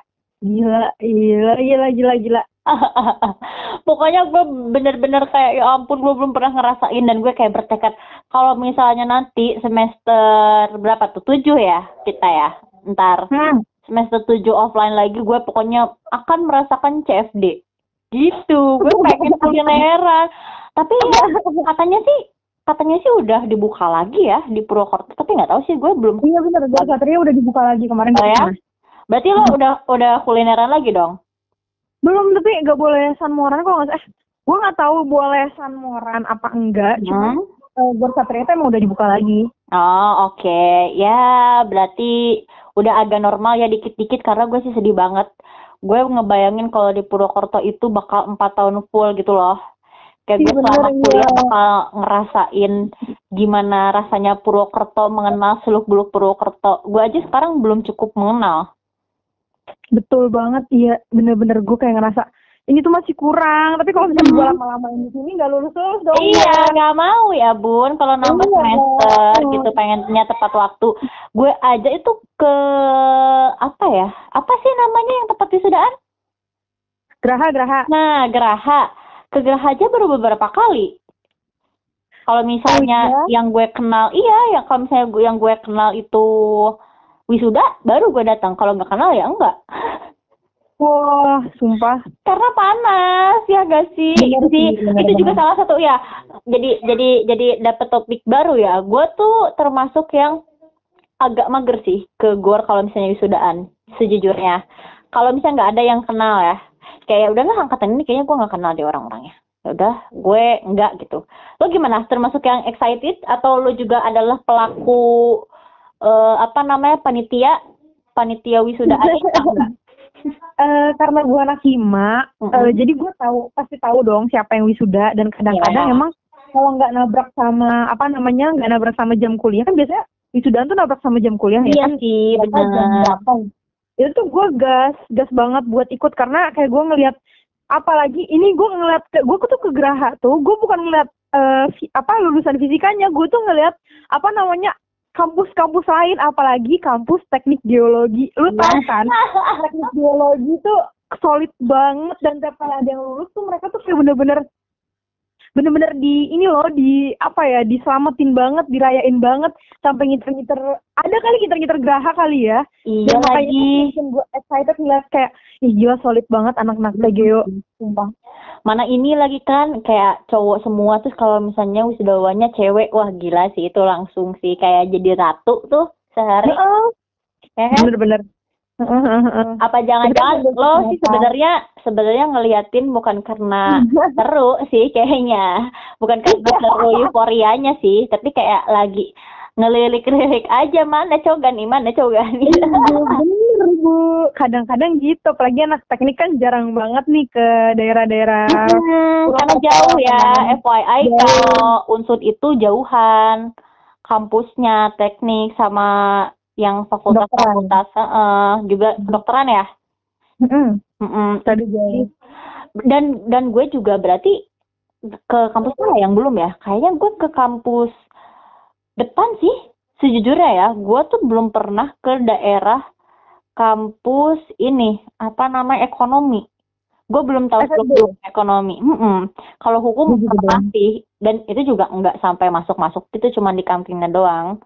gila. Pokoknya gue bener-bener kayak ya ampun, gue belum pernah ngerasain. Dan gue kayak bertekad kalau misalnya nanti semester berapa tuh, 7 ya kita ya, ntar semester 7 offline lagi, gue pokoknya akan merasakan CFD gitu. Gue pengen kulineran. Tapi ya, katanya sih udah dibuka lagi ya di Purwokerto, tapi nggak tahu sih, gue belum. Iya benar, Gor Satria udah dibuka lagi kemarin. Ya? Berarti lo udah kulineran lagi dong? Belum, tapi nggak boleh Sanmoran kok nggak. Gue nggak tahu boleh Sanmoran apa enggak. Cuman Gor Satria itu emang udah dibuka lagi. Oh oke. Ya berarti udah agak normal ya dikit-dikit, karena gue sih sedih banget. Gue ngebayangin kalau di Purwokerto itu bakal 4 tahun full gitu loh. Kayak gue selama kuliah bakal ngerasain gimana rasanya Purwokerto, mengenal seluk-beluk Purwokerto. Gue aja sekarang belum cukup mengenal. Betul banget, iya, bener-bener gue kayak ngerasa ini tuh masih kurang. Tapi kalau misalnya gue lama-lamain di sini nggak lulus dong. Iya, nggak mau ya Bun. Kalau nambah semester gitu, pengennya tepat waktu. Gue aja itu ke apa ya? Apa sih namanya yang tempat wisudaan? Geraha. Nah, Geraha. Ke Geraha aja baru beberapa kali. Kalau misalnya yang gue kenal, ya kalau misalnya yang gue kenal itu wisuda, baru gue datang. Kalau nggak kenal ya enggak. Wah, sumpah. Karena panas ya gak sih? Itu juga salah satu ya. Jadi dapet topik baru ya. Gue tuh termasuk yang agak mager sih ke GOR kalau misalnya wisudaan. Sejujurnya, kalau misalnya nggak ada yang kenal ya, kayak udahlah angkatan ini kayaknya gue nggak kenal di orang-orangnya. Ya udah, gue nggak gitu. Lo gimana? Termasuk yang excited atau lo juga adalah pelaku panitia wisudaan itu enggak? Karena gue anak hima, jadi gue pasti tahu dong siapa yang wisuda. Dan kadang-kadang emang kalau nggak nabrak sama jam kuliah, kan biasanya wisudaan tuh nabrak sama jam kuliah ya. Iya sih, benar. Itu tuh gue gas banget buat ikut, karena kayak gue ngelihat, apalagi ini gue ngeliat, gue tuh ke Geraha tuh, gue bukan ngeliat lulusan fisikanya, gue tuh ngeliat kampus-kampus lain, apalagi kampus teknik geologi. Lu tahu kan, teknik geologi tuh solid banget, dan tiap kali ada yang lulus tuh mereka tuh kayak bener-bener diselamatin banget, dirayain banget, sampai ngiter-ngiter, ada kali ngiter-ngiter Geraha kali ya. Iya lagi. Gue excited ngeliat kayak, gila solid banget anak-anak geo, sumpah. Mana ini lagi kan kayak cowok semua, terus kalau misalnya wisudawannya cewek, wah gila sih itu, langsung sih kayak jadi ratu tuh sehari. Bener-bener. Apa jangan-jangan lo sih sebenarnya ngeliatin bukan karena seru sih kayaknya, bukan karena seru euforianya sih, tapi kayak lagi ngelirik-lirik aja, mana cogan nih. Bener Bu, kadang-kadang gitu, apalagi anak teknik kan jarang banget nih ke daerah-daerah. Karena jauh ya, FYI kalau Unsud itu jauhan kampusnya, teknik sama yang fakultas juga kedokteran ya. Tadi jauh. Dan gue juga berarti ke kampus mana yang belum ya? Kayaknya gue ke kampus depan sih. Sejujurnya ya, gue tuh belum pernah ke daerah kampus ini, ekonomi. Gue belum tahu seluk-beluk ekonomi. Kalau hukum pasti, dan itu juga nggak sampai masuk-masuk, itu cuma di kantinnya doang.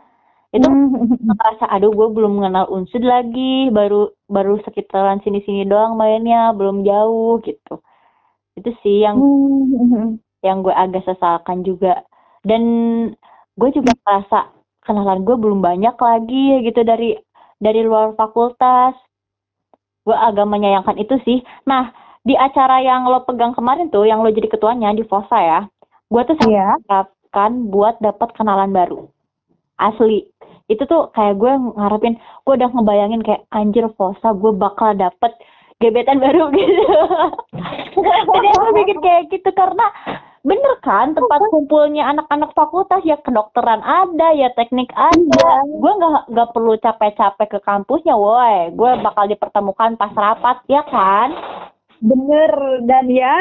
Itu ngerasa aduh gue belum mengenal Unsud lagi, baru sekitaran sini-sini doang mainnya, belum jauh gitu. Itu sih yang gue agak sesalkan juga. Dan gue juga merasa kenalan gue belum banyak lagi gitu dari luar fakultas. Gue agak menyayangkan itu sih. Nah, di acara yang lo pegang kemarin tuh, yang lo jadi ketuanya di FOSA ya, gue tuh sangat mengharapkan buat dapat kenalan baru. Asli. Itu tuh kayak gue ngarepin, gue udah ngebayangin kayak anjir FOSA gue bakal dapet gebetan baru gitu. Jadi aku mikir kayak gitu karena bener kan tempat kumpulnya anak-anak fakultas ya, kedokteran ada ya, teknik ada. Gue nggak perlu capek-capek ke kampusnya, woi. Gue bakal dipertemukan pas rapat ya kan. Bener. Dan ya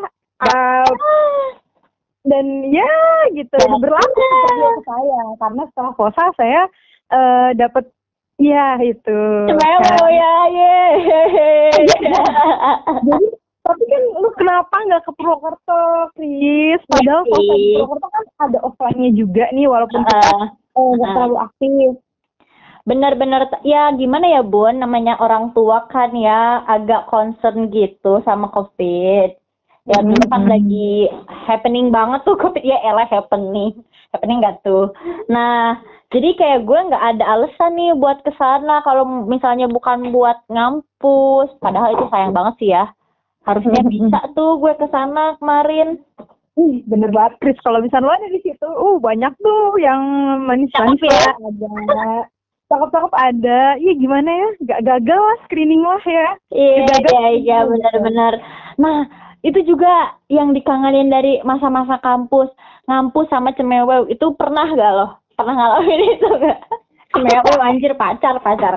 dan ya gitu berlaku seperti itu saya, karena setelah FOSA saya dapat ya itu Cemewek ya, jadi tapi kan lu kenapa nggak ke Purwokerto, Chris? Padahal FOSA di Purwokerto kan ada offline-nya juga nih, walaupun kita nggak terlalu aktif. Bener-bener ya gimana ya Bun, namanya orang tua kan ya agak concern gitu sama COVID. Ya dulu kan lagi happening banget tuh COVID, ya elah happening nggak tuh. Nah jadi kayak gue nggak ada alasan nih buat kesana kalau misalnya bukan buat ngampus. Padahal itu sayang banget sih ya. Harusnya bisa tuh gue kesana kemarin. Bener banget Chris, kalau misalnya lo ada di situ, banyak tuh yang manis-manis ya. Ada. Cakep-cakep ada. Iya gimana ya, gak gagal lah screening lah ya. Iya benar-benar. Nah itu juga yang dikangenin dari masa-masa kampus, ngampus sama Cemewek. Itu pernah gak lo? Pernah ngalamin itu gak? Cemewek anjir, pacar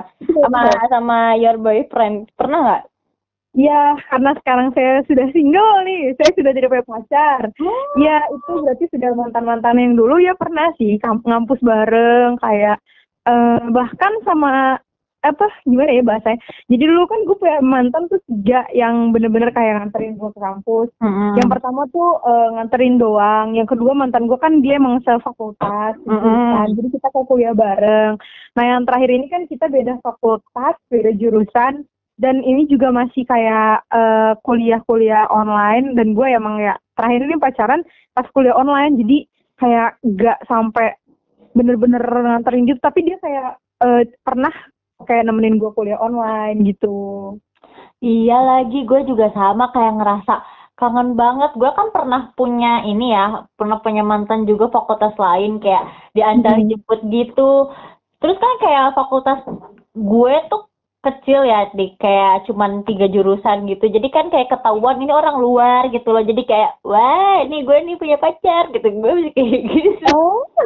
sama your boyfriend, pernah gak? Ya, karena sekarang saya sudah single nih, saya sudah tidak punya pacar. Ya, itu berarti sudah mantan-mantan yang dulu ya pernah sih ngampus bareng, kayak bahkan sama gimana ya bahasanya. Jadi dulu kan gue punya mantan tuh 3 yang bener-bener kayak nganterin gue ke kampus. Yang pertama tuh nganterin doang. Yang kedua mantan gue kan dia emang sefakultas, jadi kita ke kuliah bareng. Nah yang terakhir ini kan kita beda fakultas, beda jurusan. Dan ini juga masih kayak kuliah-kuliah online, dan gue emang ya terakhir ini pacaran pas kuliah online, jadi kayak gak sampai bener-bener nganterin gitu, tapi dia kayak pernah kayak nemenin gue kuliah online gitu. Iya lagi, gue juga sama kayak ngerasa kangen banget. Gue kan pernah punya mantan juga fakultas lain, kayak diantar jemput gitu. Terus kan kayak fakultas gue tuh kecil ya, kayak cuman 3 jurusan gitu. Jadi kan kayak ketahuan ini orang luar gitu loh. Jadi kayak, wah ini gue nih punya pacar gitu. Gue bisa kayak gitu.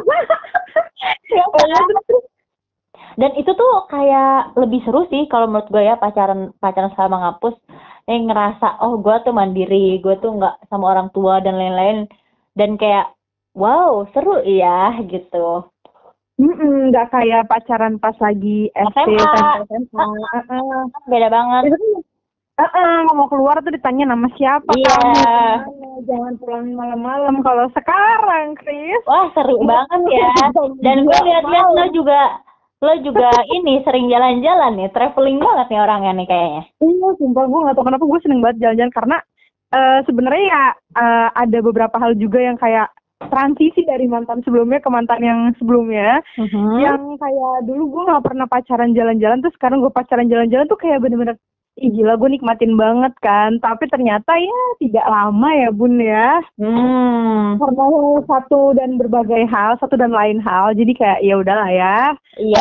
Dan itu tuh kayak lebih seru sih kalau menurut gue ya, pacaran selama ngampus. Ngerasa gue tuh mandiri, gue tuh nggak sama orang tua dan lain-lain. Dan kayak wow seru ya gitu. Nggak kayak pacaran pas lagi SD, SMA. Beda banget. Itu kan mau keluar tuh ditanya nama siapa, kamu jangan pulang malam-malam. Kalau sekarang Chris, wah seru banget ya. Dan gue lihat-lihat lo juga ini sering jalan-jalan nih, traveling banget nih orangnya nih kayaknya. Iya, sumpah gue nggak tahu kenapa gue seneng banget jalan-jalan, karena sebenarnya ya ada beberapa hal juga yang kayak transisi dari mantan sebelumnya ke mantan yang sebelumnya. Yang kayak dulu gue nggak pernah pacaran jalan-jalan, terus sekarang gue pacaran jalan-jalan tuh kayak bener-bener gila, gue nikmatin banget kan. Tapi ternyata ya tidak lama ya Bun ya. Karena satu dan lain hal, jadi kayak ya udahlah ya. Iya.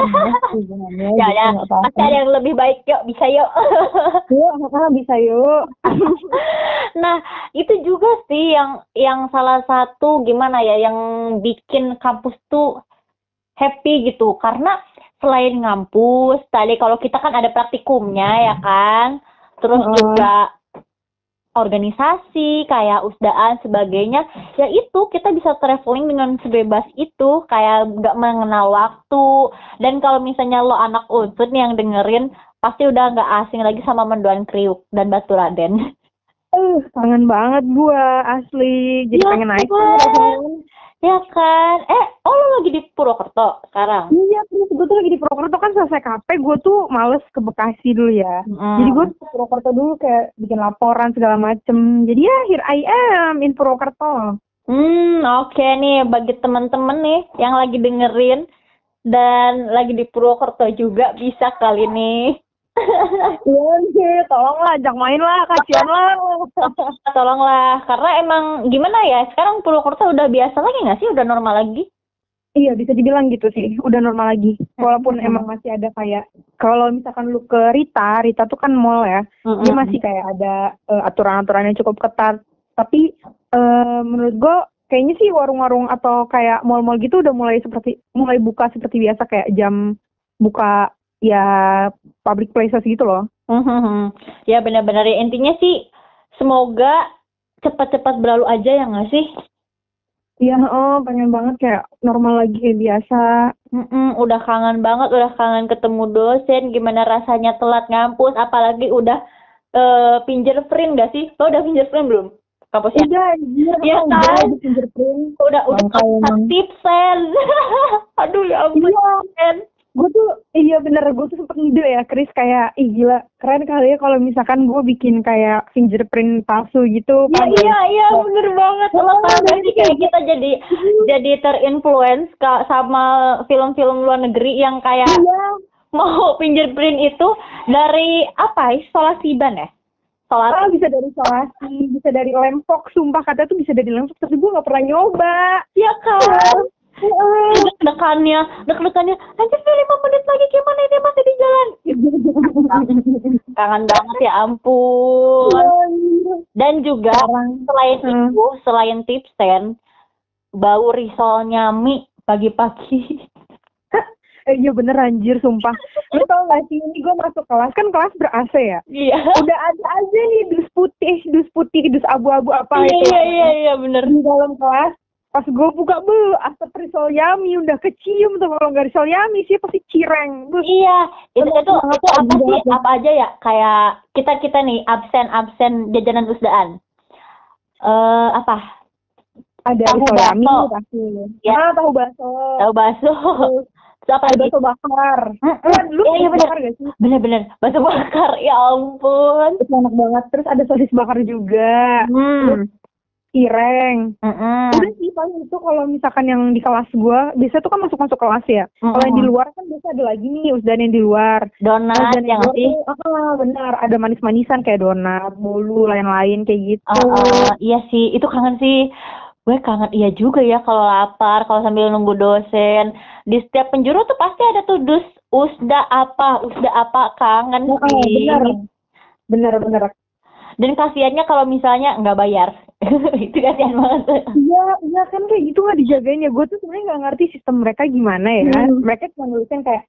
Ya, pasti ada yang lebih baik, yuk bisa yuk. Bisa yuk. Nah itu juga sih yang salah satu gimana ya yang bikin kampus tuh happy gitu, karena selain ngampus tadi, kalau kita kan ada praktikumnya ya kan, terus juga organisasi kayak usdaan sebagainya, ya itu kita bisa traveling dengan sebebas itu, kayak nggak mengenal waktu. Dan kalau misalnya lo anak Unsud nih yang dengerin, pasti udah nggak asing lagi sama Mendoan Kriuk dan Baturaden. Kangen banget gua asli, jadi pengen naik. Ya kan? Lo lagi di Purwokerto sekarang? Iya, terus gue tuh lagi di Purwokerto kan selesai KP, gue tuh males ke Bekasi dulu ya. Jadi gue ke Purwokerto dulu kayak bikin laporan segala macem. Jadi ya here I am in Purwokerto. Oke nih, bagi teman-teman nih yang lagi dengerin dan lagi di Purwokerto juga bisa kali nih. Iya sih, tolonglah ajak main lah, kasihan lah. Tolonglah, karena emang gimana ya, sekarang Purwokerto udah biasa lagi nggak sih? Udah normal lagi? Iya, bisa dibilang gitu sih, udah normal lagi. Walaupun emang masih ada kayak, kalau misalkan lu ke Rita tuh kan mall ya, dia masih kayak ada aturan-aturan yang cukup ketat. Tapi menurut gue kayaknya sih warung-warung atau kayak mall-mall gitu udah mulai buka seperti biasa, kayak jam buka ya public places gitu loh. Ya benar-benar ya, intinya sih semoga cepat-cepat berlalu aja ya nggak sih? Iya, pengen banget kayak normal lagi kayak biasa. Udah kangen ketemu dosen, gimana rasanya telat ngampus, apalagi udah fingerprint nggak sih? Lo udah fingerprint belum? Kampusnya? Udah, iya, Iya udah kan? di fingerprint. Udah tipsen. Aduh ya ampun. Iya. Iya bener, gue tuh sempet ngide ya, Chris, kayak, ih gila, keren kali ya kalau misalkan gue bikin kayak fingerprint palsu gitu. Iya, bener banget. Lo tau gak sih kayak kita jadi terinfluence sama film-film luar negeri yang kayak mau fingerprint itu dari apa? Isolasi ban ya? Bisa dari isolasi, bisa dari lempok, sumpah katanya tuh bisa dari lempok, tapi gue gak pernah nyoba. Iya kan? Deg-degannya, anjir 5 menit lagi gimana ini masih di jalan. Kangen banget ya ampun. Dan juga selain tipsen, bau risolnya mie pagi-pagi. Iya bener anjir, sumpah. Lu tau gak sih, ini gue masuk kelas, kan kelas ber-AC ya? Iya. Udah ada aja nih dus putih, dus abu-abu apa itu. Iya, bener. Di dalam kelas, pas gue buka, asap risol yami udah kecium tuh. Kalau nggak risol yami sih pasti cireng. Iya, itu apa sih? Apa aja ya? Kayak kita nih absen jajanan usdaan. Apa? Ada risol yami pasti. Ya, tahu bakso. Ada bakso bakar. Iya bakar gak sih? Bener, bakso bakar. Ya ampun. Itu enak banget. Terus ada sosis bakar juga. Terus cireng. Udah sih paling itu kalau misalkan yang di kelas gue, biasa tuh kan masuk kelas ya. Kalau yang di luar kan biasa ada lagi nih usdan yang di luar. Donat yang sih? Benar, ada manis-manisan kayak donat, bolu, lain-lain kayak gitu. Iya sih, itu kangen sih. Gue kangen, iya juga ya kalau lapar, kalau sambil nunggu dosen. Di setiap penjuru tuh pasti ada tuh usda apa, kangen sih. Bener. Dan kasihannya kalau misalnya nggak bayar. Itu kasihan banget. Iya kan kayak gitu nggak dijagain ya. Gue tuh sebenarnya nggak ngerti sistem mereka gimana ya. Mereka cuma nulisin kayak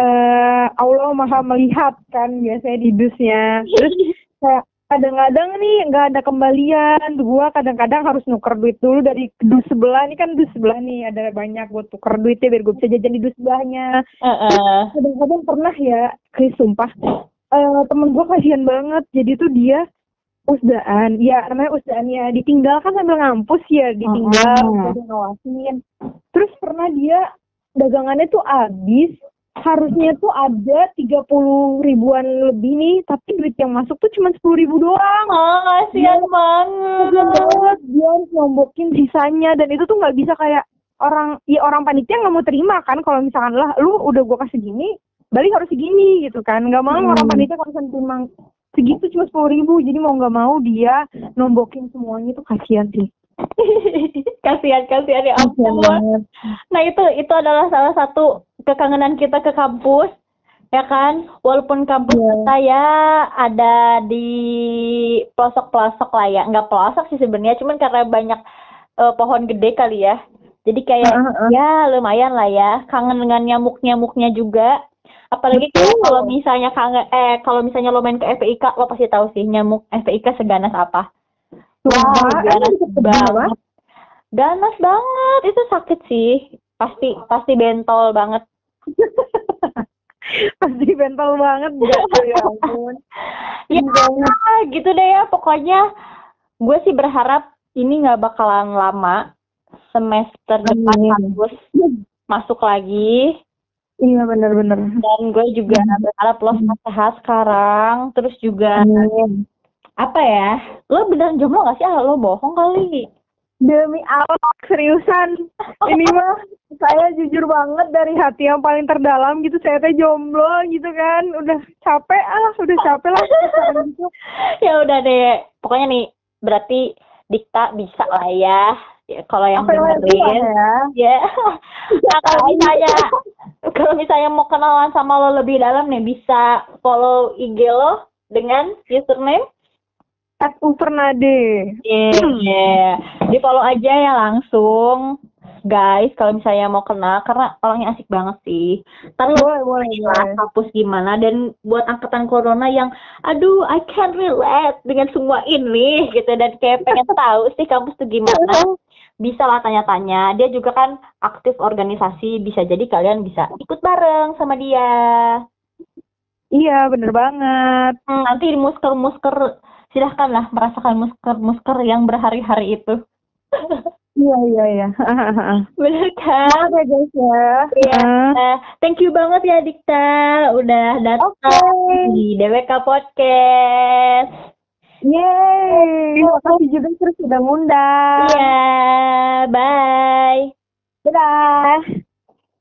Allah Maha Melihat kan biasanya di dusnya. Terus kayak kadang-kadang nih nggak ada kembalian. Gue kadang-kadang harus nuker duit dulu dari dus sebelah. Ini kan dus sebelah nih ada banyak, gue tuker duitnya biar gue bisa jajan di dus sebelahnya. Kadang-kadang pernah ya, Chris, sumpah. Temen gue kasihan banget. Jadi tuh dia usdaan, ya namanya usdaan ya, ditinggal kan sambil ngampus ya, ditinggal, udah ngawasin. Terus pernah dia dagangannya tuh habis, harusnya tuh ada 30 ribuan lebih nih, tapi duit yang masuk tuh cuma 10 ribu doang. Kasihan banget. Dia harus nombokin sisanya, dan itu tuh nggak bisa kayak orang panitia nggak mau terima kan, kalau misalkan lah lu udah gua kasih gini, balik harus segini gitu kan, nggak mau orang panitia kalau terima segitu cuma 10 ribu, jadi mau nggak mau dia nombokin semuanya. Tuh kasihan sih. kasihan ya ampun. Nah itu adalah salah satu kekangenan kita ke kampus, ya kan? Walaupun kampus kita ya ada di pelosok-pelosok lah ya, nggak pelosok sih sebenarnya, cuman karena banyak pohon gede kali ya. Jadi kayak ya lumayan lah ya, kangen dengan nyamuknya juga. Apalagi kalau misalnya kalau misalnya lo main ke FPIK, lo pasti tahu sih nyamuk FPIK seganas apa. Ganas banget. Ganas banget, itu sakit sih. Pasti bentol banget. Pasti bentol banget ya ampun. Ya gitu deh ya, pokoknya gue sih berharap ini nggak bakalan lama. semester depan Amin. harus masuk lagi. Iya benar-benar. Dan gue juga berharap lo sehat sekarang. Terus juga Amin. apa ya? Lo beneran jomblo gak sih? Lo bohong kali. Demi Allah, seriusan. Ini mah saya jujur banget dari hati yang paling terdalam gitu. Saya teh jomblo gitu kan. Udah capek lah gitu. Ya udah deh. Pokoknya nih, berarti Dikta bisa lah ya. Kalau yang Apa yang dengerin, ya. Nah, kalau misalnya mau kenalan sama lo lebih dalam nih, bisa follow IG lo dengan username @uvernade. Yeah. Di follow aja ya langsung. Guys, kalau misalnya mau kenal, karena orangnya asik banget sih. Ntar lo Boleh. hapus gimana, dan buat angkatan corona yang, aduh, I can't relate dengan semua ini, gitu, dan kayak pengen tahu sih kampus tuh gimana, bisa lah tanya-tanya. Dia juga kan aktif organisasi, bisa jadi kalian bisa ikut bareng sama dia. Iya, bener banget. Nanti musker-musker, silahkanlah merasakan musker-musker yang berhari-hari itu. Iya. Bener kan? Maaf ya guys ya. Iya. Thank you banget ya Dikta udah datang di DWK Podcast. Yeay. Makasih juga terus sudah ngundang. Iya.